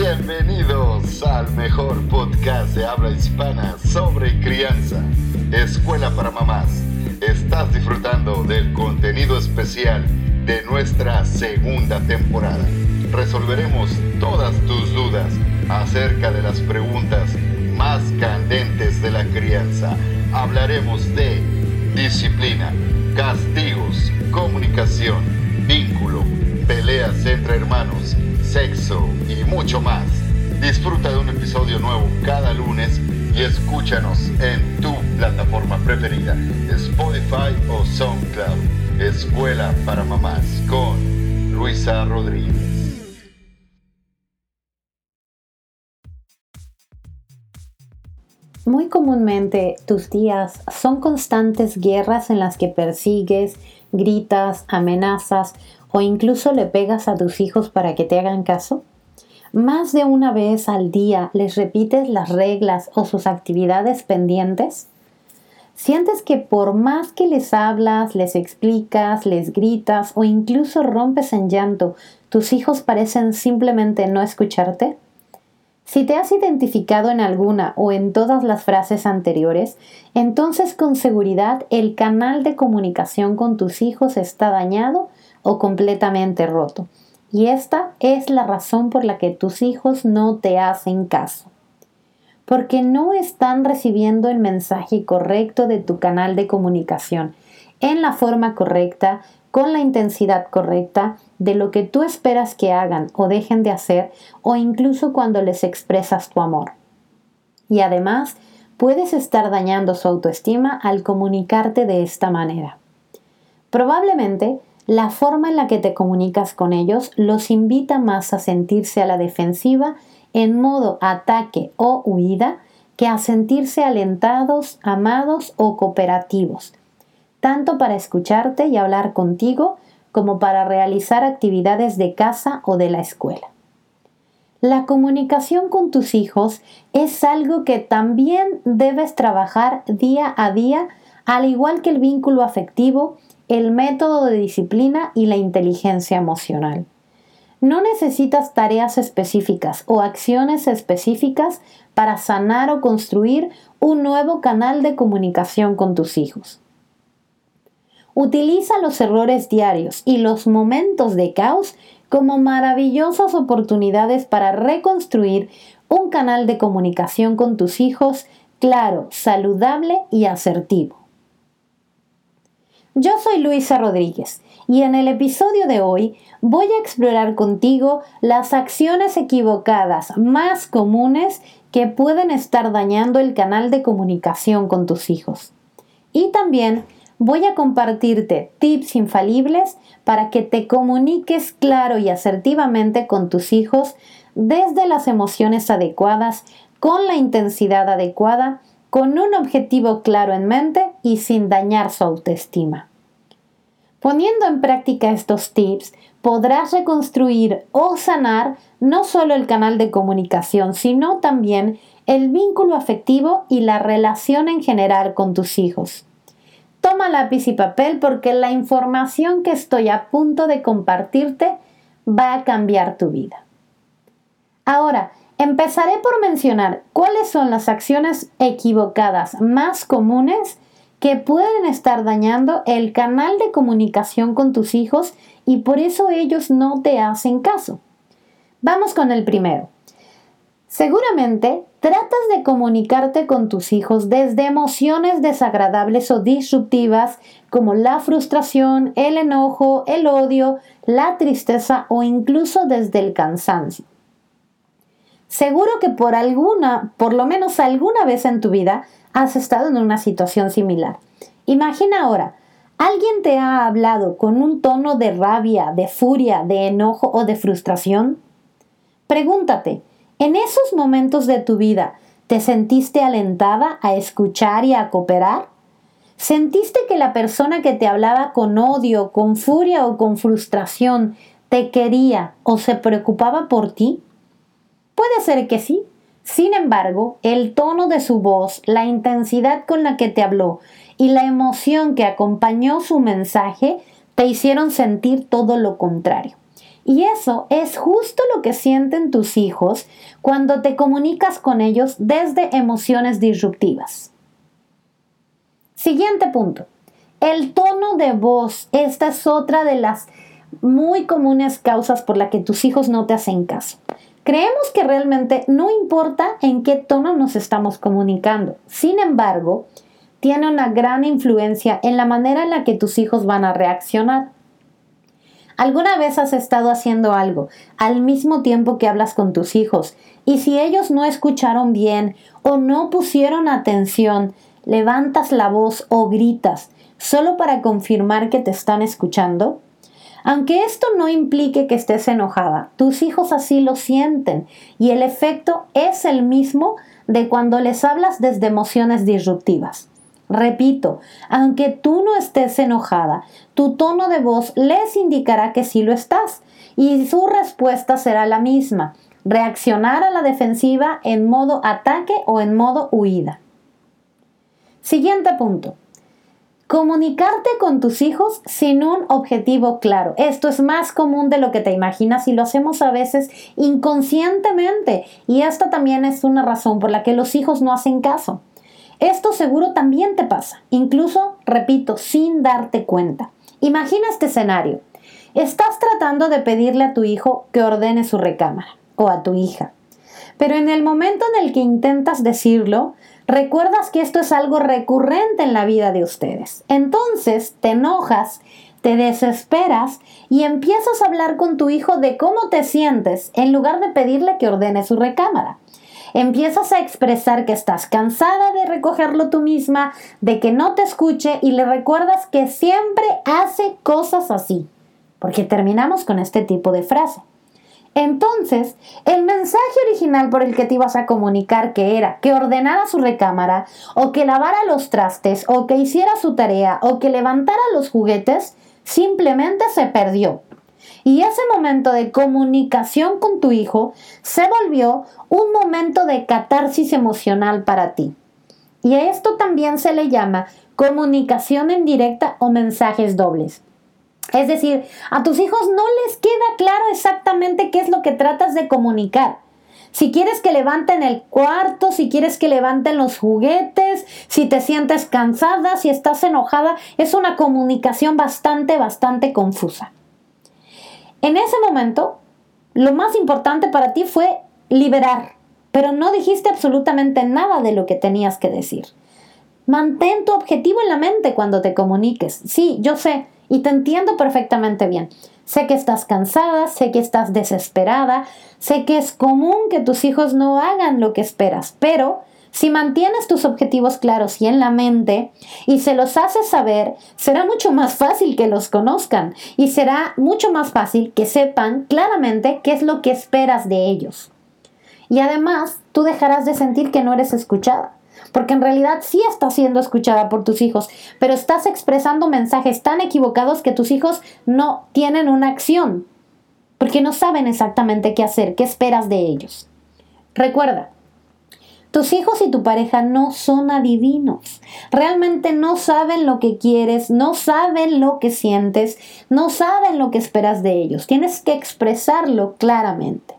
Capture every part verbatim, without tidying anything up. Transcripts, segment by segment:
Bienvenidos al mejor podcast de habla hispana sobre crianza, Escuela para Mamás. Estás disfrutando del contenido especial de nuestra segunda temporada. Resolveremos todas tus dudas acerca de las preguntas más candentes de la crianza. Hablaremos de disciplina, castigos, comunicación, vínculo, peleas entre hermanos, sexo y mucho más. Disfruta de un episodio nuevo cada lunes y escúchanos en tu plataforma preferida, Spotify o SoundCloud. Escuela para Mamás con Luisa Rodríguez. Muy comúnmente tus días son constantes guerras en las que persigues, gritas, amenazas o incluso le pegas a tus hijos para que te hagan caso. ¿Más de una vez al día les repites las reglas o sus actividades pendientes? ¿Sientes que por más que les hablas, les explicas, les gritas o incluso rompes en llanto, tus hijos parecen simplemente no escucharte? Si te has identificado en alguna o en todas las frases anteriores, entonces con seguridad el canal de comunicación con tus hijos está dañado o completamente roto. Y esta es la razón por la que tus hijos no te hacen caso. Porque no están recibiendo el mensaje correcto de tu canal de comunicación, en la forma correcta, con la intensidad correcta, de lo que tú esperas que hagan o dejen de hacer, o incluso cuando les expresas tu amor. Y además, puedes estar dañando su autoestima al comunicarte de esta manera. Probablemente, la forma en la que te comunicas con ellos los invita más a sentirse a la defensiva en modo ataque o huida que a sentirse alentados, amados o cooperativos, tanto para escucharte y hablar contigo como para realizar actividades de casa o de la escuela. La comunicación con tus hijos es algo que también debes trabajar día a día, al igual que el vínculo afectivo, el método de disciplina y la inteligencia emocional. No necesitas tareas específicas o acciones específicas para sanar o construir un nuevo canal de comunicación con tus hijos. Utiliza los errores diarios y los momentos de caos como maravillosas oportunidades para reconstruir un canal de comunicación con tus hijos claro, saludable y asertivo. Yo soy Luisa Rodríguez y en el episodio de hoy voy a explorar contigo las acciones equivocadas más comunes que pueden estar dañando el canal de comunicación con tus hijos. Y también voy a compartirte tips infalibles para que te comuniques claro y asertivamente con tus hijos desde las emociones adecuadas, con la intensidad adecuada, con un objetivo claro en mente y sin dañar su autoestima. Poniendo en práctica estos tips, podrás reconstruir o sanar no solo el canal de comunicación, sino también el vínculo afectivo y la relación en general con tus hijos. Toma lápiz y papel porque la información que estoy a punto de compartirte va a cambiar tu vida. Ahora, empezaré por mencionar cuáles son las acciones equivocadas más comunes que pueden estar dañando el canal de comunicación con tus hijos y por eso ellos no te hacen caso. Vamos con el primero. Seguramente tratas de comunicarte con tus hijos desde emociones desagradables o disruptivas como la frustración, el enojo, el odio, la tristeza o incluso desde el cansancio. Seguro que por alguna, por lo menos alguna vez en tu vida, has estado en una situación similar. Imagina ahora, ¿alguien te ha hablado con un tono de rabia, de furia, de enojo o de frustración? Pregúntate, ¿en esos momentos de tu vida te sentiste alentada a escuchar y a cooperar? ¿Sentiste que la persona que te hablaba con odio, con furia o con frustración te quería o se preocupaba por ti? Puede ser que sí. Sin embargo, el tono de su voz, la intensidad con la que te habló y la emoción que acompañó su mensaje te hicieron sentir todo lo contrario. Y eso es justo lo que sienten tus hijos cuando te comunicas con ellos desde emociones disruptivas. Siguiente punto. El tono de voz. Esta es otra de las muy comunes causas por la que tus hijos no te hacen caso. Creemos que realmente no importa en qué tono nos estamos comunicando. Sin embargo, tiene una gran influencia en la manera en la que tus hijos van a reaccionar. ¿Alguna vez has estado haciendo algo al mismo tiempo que hablas con tus hijos y si ellos no escucharon bien o no pusieron atención, levantas la voz o gritas solo para confirmar que te están escuchando? Aunque esto no implique que estés enojada, tus hijos así lo sienten y el efecto es el mismo de cuando les hablas desde emociones disruptivas. Repito, aunque tú no estés enojada, tu tono de voz les indicará que sí lo estás y su respuesta será la misma, reaccionar a la defensiva en modo ataque o en modo huida. Siguiente punto. Comunicarte con tus hijos sin un objetivo claro. Esto es más común de lo que te imaginas y lo hacemos a veces inconscientemente. Y esta también es una razón por la que los hijos no hacen caso. Esto seguro también te pasa, incluso, repito, sin darte cuenta. Imagina este escenario. Estás tratando de pedirle a tu hijo que ordene su recámara o a tu hija. Pero en el momento en el que intentas decirlo, recuerdas que esto es algo recurrente en la vida de ustedes. Entonces te enojas, te desesperas y empiezas a hablar con tu hijo de cómo te sientes en lugar de pedirle que ordene su recámara. Empiezas a expresar que estás cansada de recogerlo tú misma, de que no te escuche y le recuerdas que siempre hace cosas así. Porque terminamos con este tipo de frase. Entonces, el mensaje original por el que te ibas a comunicar, que era que ordenara su recámara, o que lavara los trastes, o que hiciera su tarea, o que levantara los juguetes, simplemente se perdió. Y ese momento de comunicación con tu hijo se volvió un momento de catarsis emocional para ti. Y a esto también se le llama comunicación indirecta o mensajes dobles. Es decir, a tus hijos no les queda claro exactamente qué es lo que tratas de comunicar. Si quieres que levanten el cuarto, si quieres que levanten los juguetes, si te sientes cansada, si estás enojada, es una comunicación bastante, bastante confusa. En ese momento, lo más importante para ti fue liberar, pero no dijiste absolutamente nada de lo que tenías que decir. Mantén tu objetivo en la mente cuando te comuniques. Sí, yo sé. Y te entiendo perfectamente bien. Sé que estás cansada, sé que estás desesperada, sé que es común que tus hijos no hagan lo que esperas, pero si mantienes tus objetivos claros y en la mente y se los haces saber, será mucho más fácil que los conozcan y será mucho más fácil que sepan claramente qué es lo que esperas de ellos. Y además, tú dejarás de sentir que no eres escuchada. Porque en realidad sí estás siendo escuchada por tus hijos, pero estás expresando mensajes tan equivocados que tus hijos no tienen una acción, porque no saben exactamente qué hacer, qué esperas de ellos. Recuerda, tus hijos y tu pareja no son adivinos, realmente no saben lo que quieres, no saben lo que sientes, no saben lo que esperas de ellos. Tienes que expresarlo claramente.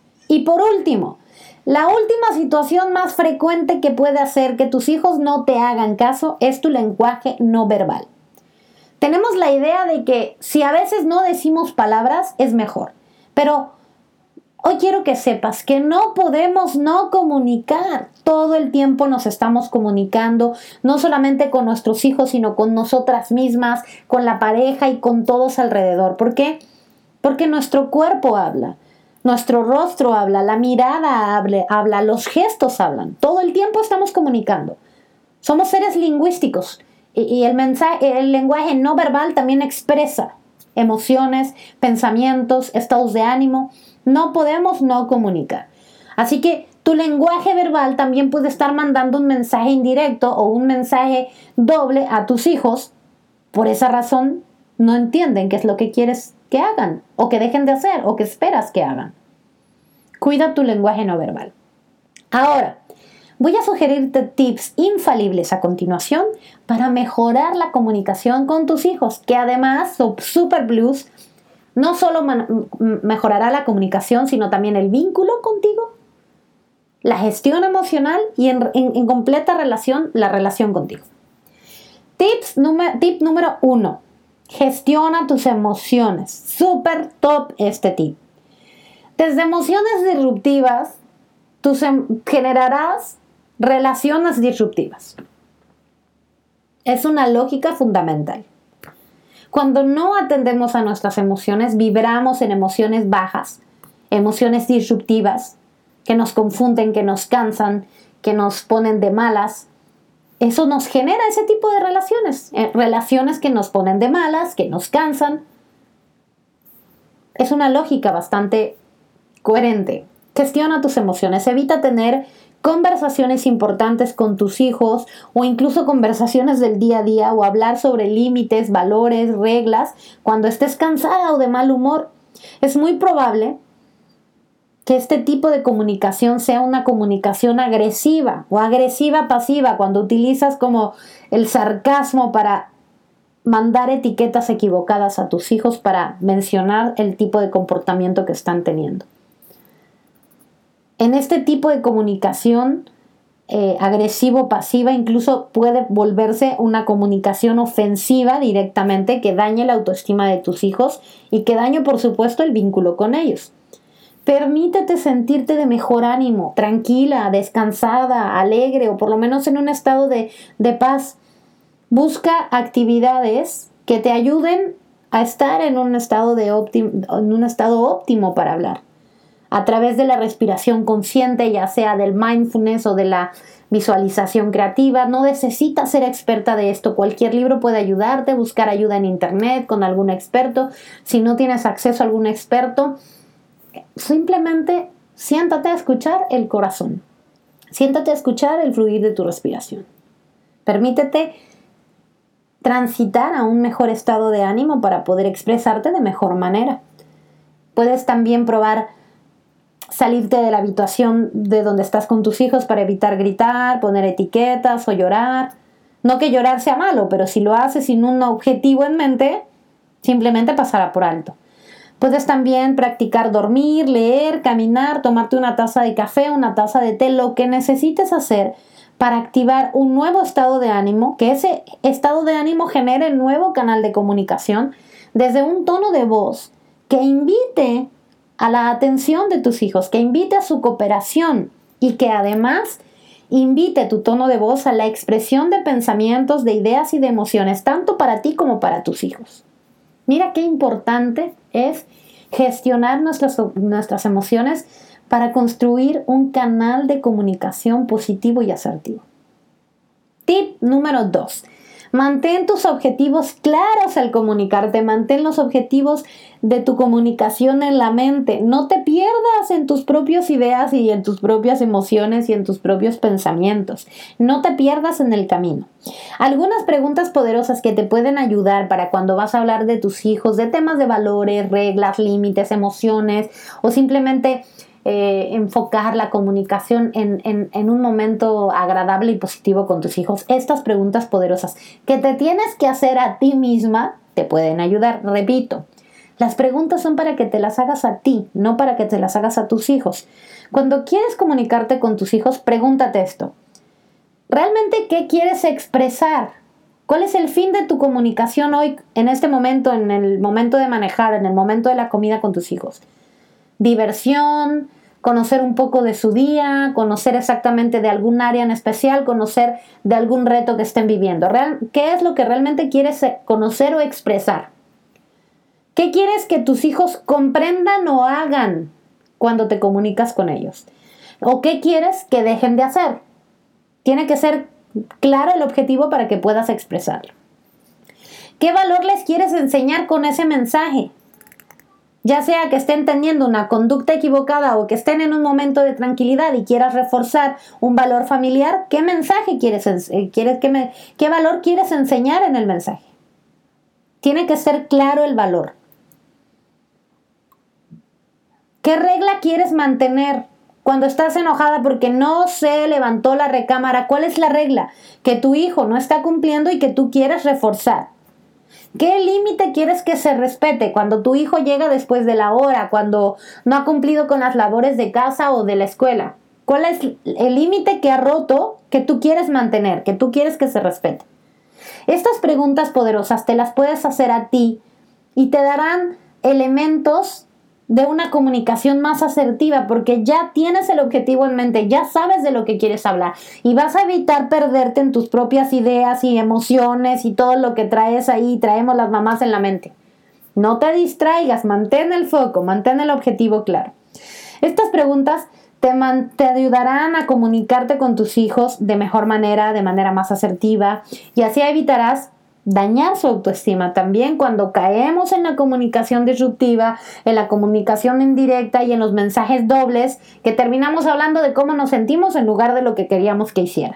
Y por último, la última situación más frecuente que puede hacer que tus hijos no te hagan caso es tu lenguaje no verbal. Tenemos la idea de que si a veces no decimos palabras es mejor, pero hoy quiero que sepas que no podemos no comunicar. Todo el tiempo nos estamos comunicando, no solamente con nuestros hijos, sino con nosotras mismas, con la pareja y con todos alrededor. ¿Por qué? Porque nuestro cuerpo habla. Nuestro rostro habla, la mirada habla, habla, los gestos hablan. Todo el tiempo estamos comunicando. Somos seres lingüísticos y, y el, mensaje, el lenguaje no verbal también expresa emociones, pensamientos, estados de ánimo. No podemos no comunicar. Así que tu lenguaje verbal también puede estar mandando un mensaje indirecto o un mensaje doble a tus hijos. Por esa razón no entienden qué es lo que quieres que hagan, o que dejen de hacer, o que esperas que hagan. Cuida tu lenguaje no verbal. Ahora, voy a sugerirte tips infalibles a continuación para mejorar la comunicación con tus hijos, que además son super plus, no solo man- mejorará la comunicación, sino también el vínculo contigo, la gestión emocional y en, en, en completa relación, la relación contigo. Tips número, tip número uno. Gestiona tus emociones. Súper top este tip. Desde emociones disruptivas, tú generarás relaciones disruptivas. Es una lógica fundamental. Cuando no atendemos a nuestras emociones, vibramos en emociones bajas, emociones disruptivas, que nos confunden, que nos cansan, que nos ponen de malas. Eso nos genera ese tipo de relaciones, eh, relaciones que nos ponen de malas, que nos cansan. Es una lógica bastante coherente. Gestiona tus emociones, evita tener conversaciones importantes con tus hijos o incluso conversaciones del día a día o hablar sobre límites, valores, reglas cuando estés cansada o de mal humor. Es muy probable que este tipo de comunicación sea una comunicación agresiva o agresiva pasiva, cuando utilizas como el sarcasmo para mandar etiquetas equivocadas a tus hijos para mencionar el tipo de comportamiento que están teniendo. En este tipo de comunicación eh, agresivo-pasiva incluso puede volverse una comunicación ofensiva directamente que dañe la autoestima de tus hijos y que dañe, por supuesto, el vínculo con ellos. Permítete sentirte de mejor ánimo, tranquila, descansada, alegre o por lo menos en un estado de, de paz. Busca actividades que te ayuden a estar en un estado, de óptimo, en un estado óptimo para hablar. A través de la respiración consciente, ya sea del mindfulness o de la visualización creativa. No necesitas ser experta de esto. Cualquier libro puede ayudarte. Buscar ayuda en internet con algún experto. Si no tienes acceso a algún experto, simplemente siéntate a escuchar el corazón. Siéntate a escuchar el fluir de tu respiración. Permítete transitar a un mejor estado de ánimo para poder expresarte de mejor manera. Puedes también probar salirte de la habitación de donde estás con tus hijos para evitar gritar, poner etiquetas o llorar. No que llorar sea malo, pero si lo haces sin un objetivo en mente, simplemente pasará por alto. Puedes también practicar dormir, leer, caminar, tomarte una taza de café, una taza de té, lo que necesites hacer para activar un nuevo estado de ánimo, que ese estado de ánimo genere un nuevo canal de comunicación desde un tono de voz que invite a la atención de tus hijos, que invite a su cooperación y que además invite tu tono de voz a la expresión de pensamientos, de ideas y de emociones, tanto para ti como para tus hijos. Mira qué importante es gestionar nuestras, nuestras emociones para construir un canal de comunicación positivo y asertivo. Tip número dos. Mantén tus objetivos claros al comunicarte. Mantén los objetivos de tu comunicación en la mente. No te pierdas en tus propias ideas y en tus propias emociones y en tus propios pensamientos. No te pierdas en el camino. Algunas preguntas poderosas que te pueden ayudar para cuando vas a hablar de tus hijos, de temas de valores, reglas, límites, emociones o simplemente Eh, enfocar la comunicación en, en, en un momento agradable y positivo con tus hijos. Estas preguntas poderosas que te tienes que hacer a ti misma te pueden ayudar. Repito, las preguntas son para que te las hagas a ti, no para que te las hagas a tus hijos. Cuando quieres comunicarte con tus hijos, pregúntate esto. ¿Realmente qué quieres expresar? ¿Cuál es el fin de tu comunicación hoy, en este momento, en el momento de manejar, en el momento de la comida con tus hijos? Diversión, conocer un poco de su día, conocer exactamente de algún área en especial, conocer de algún reto que estén viviendo. Real, ¿qué es lo que realmente quieres conocer o expresar? ¿Qué quieres que tus hijos comprendan o hagan cuando te comunicas con ellos? ¿O qué quieres que dejen de hacer? Tiene que ser claro el objetivo para que puedas expresarlo. ¿Qué valor les quieres enseñar con ese mensaje? Ya sea que estén teniendo una conducta equivocada o que estén en un momento de tranquilidad y quieras reforzar un valor familiar, ¿qué mensaje quieres, eh, quieres que me, qué valor quieres enseñar en el mensaje? Tiene que ser claro el valor. ¿Qué regla quieres mantener cuando estás enojada porque no se levantó la recámara? ¿Cuál es la regla que tu hijo no está cumpliendo y que tú quieres reforzar? ¿Qué límite quieres que se respete cuando tu hijo llega después de la hora, cuando no ha cumplido con las labores de casa o de la escuela? ¿Cuál es el límite que ha roto que tú quieres mantener, que tú quieres que se respete? Estas preguntas poderosas te las puedes hacer a ti y te darán elementos de una comunicación más asertiva, porque ya tienes el objetivo en mente, ya sabes de lo que quieres hablar y vas a evitar perderte en tus propias ideas y emociones y todo lo que traes ahí, traemos las mamás en la mente. No te distraigas, mantén el foco, mantén el objetivo claro. Estas preguntas te, man, te ayudarán a comunicarte con tus hijos de mejor manera, de manera más asertiva, y así evitarás dañar su autoestima. También cuando caemos en la comunicación disruptiva, en la comunicación indirecta y en los mensajes dobles, que terminamos hablando de cómo nos sentimos en lugar de lo que queríamos que hicieran.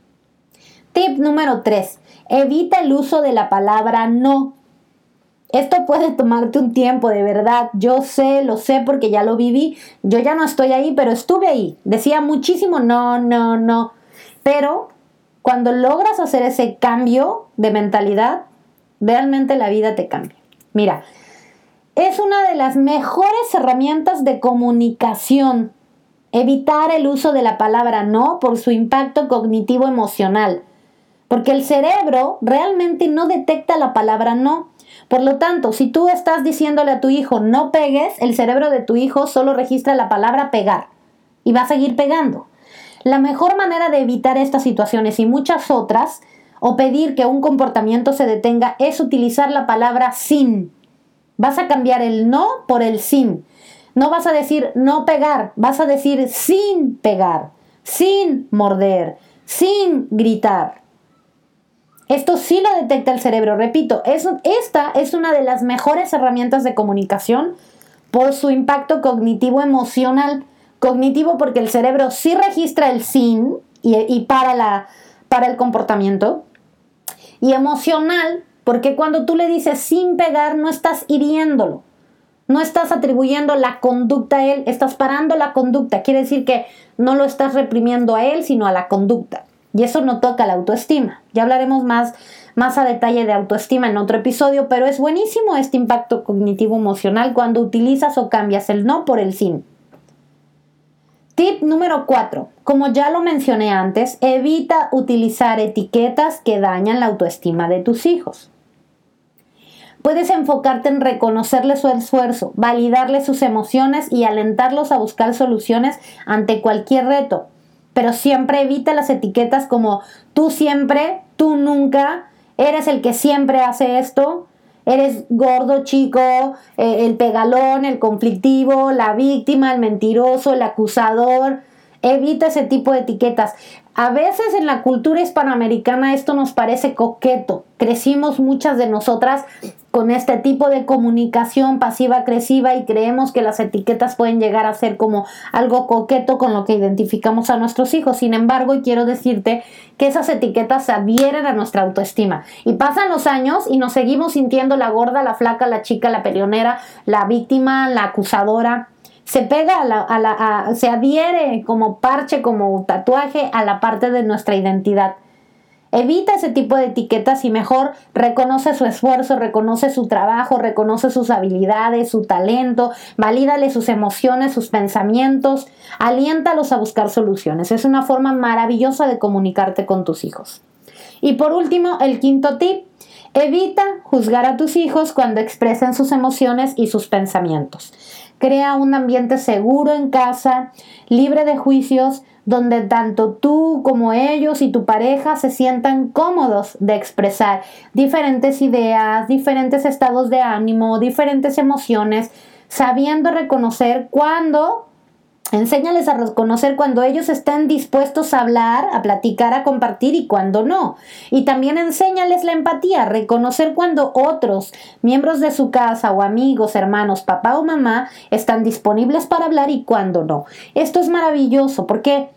Tip número tres. Evita el uso de la palabra no. Esto puede tomarte un tiempo, de verdad. Yo sé, lo sé porque ya lo viví. Yo ya no estoy ahí, pero estuve ahí. Decía muchísimo no, no, no. Pero cuando logras hacer ese cambio de mentalidad, realmente la vida te cambia. Mira, es una de las mejores herramientas de comunicación. Evitar el uso de la palabra no por su impacto cognitivo emocional. Porque el cerebro realmente no detecta la palabra no. Por lo tanto, si tú estás diciéndole a tu hijo no pegues, el cerebro de tu hijo solo registra la palabra pegar y va a seguir pegando. La mejor manera de evitar estas situaciones y muchas otras, o pedir que un comportamiento se detenga, es utilizar la palabra sin. Vas a cambiar el no por el sin. No vas a decir no pegar, vas a decir sin pegar, sin morder, sin gritar. Esto sí lo detecta el cerebro. Repito, es, esta es una de las mejores herramientas de comunicación por su impacto cognitivo emocional. Cognitivo porque el cerebro sí registra el sin y, y para, la, para el comportamiento. Y emocional porque cuando tú le dices sin pegar no estás hiriéndolo. No estás atribuyendo la conducta a él, estás parando la conducta. Quiere decir que no lo estás reprimiendo a él, sino a la conducta. Y eso no toca la autoestima. Ya hablaremos más, más a detalle de autoestima en otro episodio, pero es buenísimo este impacto cognitivo emocional cuando utilizas o cambias el no por el sin. Tip número cuatro. Como ya lo mencioné antes, evita utilizar etiquetas que dañan la autoestima de tus hijos. Puedes enfocarte en reconocerle su esfuerzo, validarle sus emociones y alentarlos a buscar soluciones ante cualquier reto. Pero siempre evita las etiquetas como tú siempre, tú nunca, eres el que siempre hace esto, eres gordo, chico, eh, el pegalón, el conflictivo, la víctima, el mentiroso, el acusador. Evita ese tipo de etiquetas. A veces en la cultura hispanoamericana esto nos parece coqueto. Crecimos muchas de nosotras con este tipo de comunicación pasiva-agresiva y creemos que las etiquetas pueden llegar a ser como algo coqueto con lo que identificamos a nuestros hijos. Sin embargo, y quiero decirte que esas etiquetas se adhieren a nuestra autoestima. Y pasan los años y nos seguimos sintiendo la gorda, la flaca, la chica, la peleonera, la víctima, la acusadora. Se pega, a la, a la, a, se adhiere como parche, como tatuaje a la parte de nuestra identidad. Evita ese tipo de etiquetas y mejor reconoce su esfuerzo, reconoce su trabajo, reconoce sus habilidades, su talento, valídale sus emociones, sus pensamientos, aliéntalos a buscar soluciones. Es una forma maravillosa de comunicarte con tus hijos. Y por último, el quinto tip. Evita juzgar a tus hijos cuando expresen sus emociones y sus pensamientos. Crea un ambiente seguro en casa, libre de juicios, donde tanto tú como ellos y tu pareja se sientan cómodos de expresar diferentes ideas, diferentes estados de ánimo, diferentes emociones, sabiendo reconocer cuando... Enséñales a reconocer cuando ellos estén dispuestos a hablar, a platicar, a compartir y cuando no. Y también enséñales la empatía, reconocer cuando otros miembros de su casa o amigos, hermanos, papá o mamá están disponibles para hablar y cuando no. Esto es maravilloso porque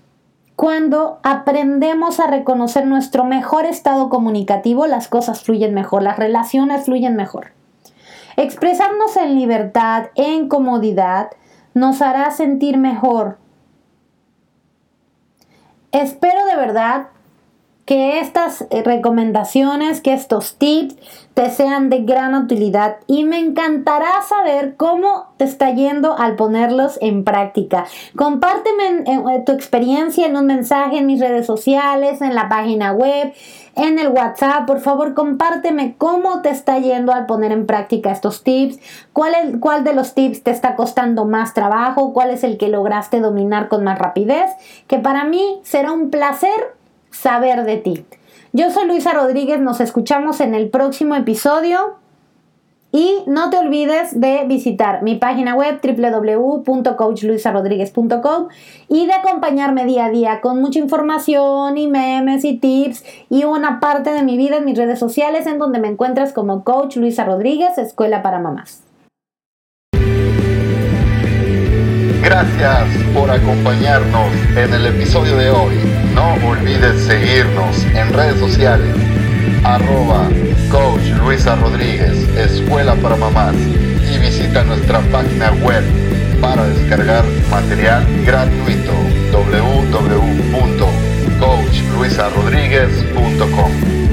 cuando aprendemos a reconocer nuestro mejor estado comunicativo, las cosas fluyen mejor, las relaciones fluyen mejor. Expresarnos en libertad, en comodidad, nos hará sentir mejor. Espero de verdad que estas recomendaciones, que estos tips te sean de gran utilidad y me encantará saber cómo te está yendo al ponerlos en práctica. Compárteme en, en, tu experiencia en un mensaje en mis redes sociales, en la página web, en el WhatsApp. Por favor, compárteme cómo te está yendo al poner en práctica estos tips, cuál, es, cuál de los tips te está costando más trabajo, cuál es el que lograste dominar con más rapidez, que para mí será un placer saber de ti. Yo soy Luisa Rodríguez, nos escuchamos en el próximo episodio y no te olvides de visitar mi página web doble u doble u doble u punto coach luisa rodríguez punto com y de acompañarme día a día con mucha información y memes y tips y una parte de mi vida en mis redes sociales en donde me encuentras como Coach Luisa Rodríguez, Escuela para Mamás. Gracias por acompañarnos en el episodio de hoy. No olvides seguirnos en redes sociales, arroba Coach Luisa Rodríguez, Escuela para Mamás, y visita nuestra página web para descargar material gratuito, doble u doble u doble u punto coach luisa rodríguez punto com.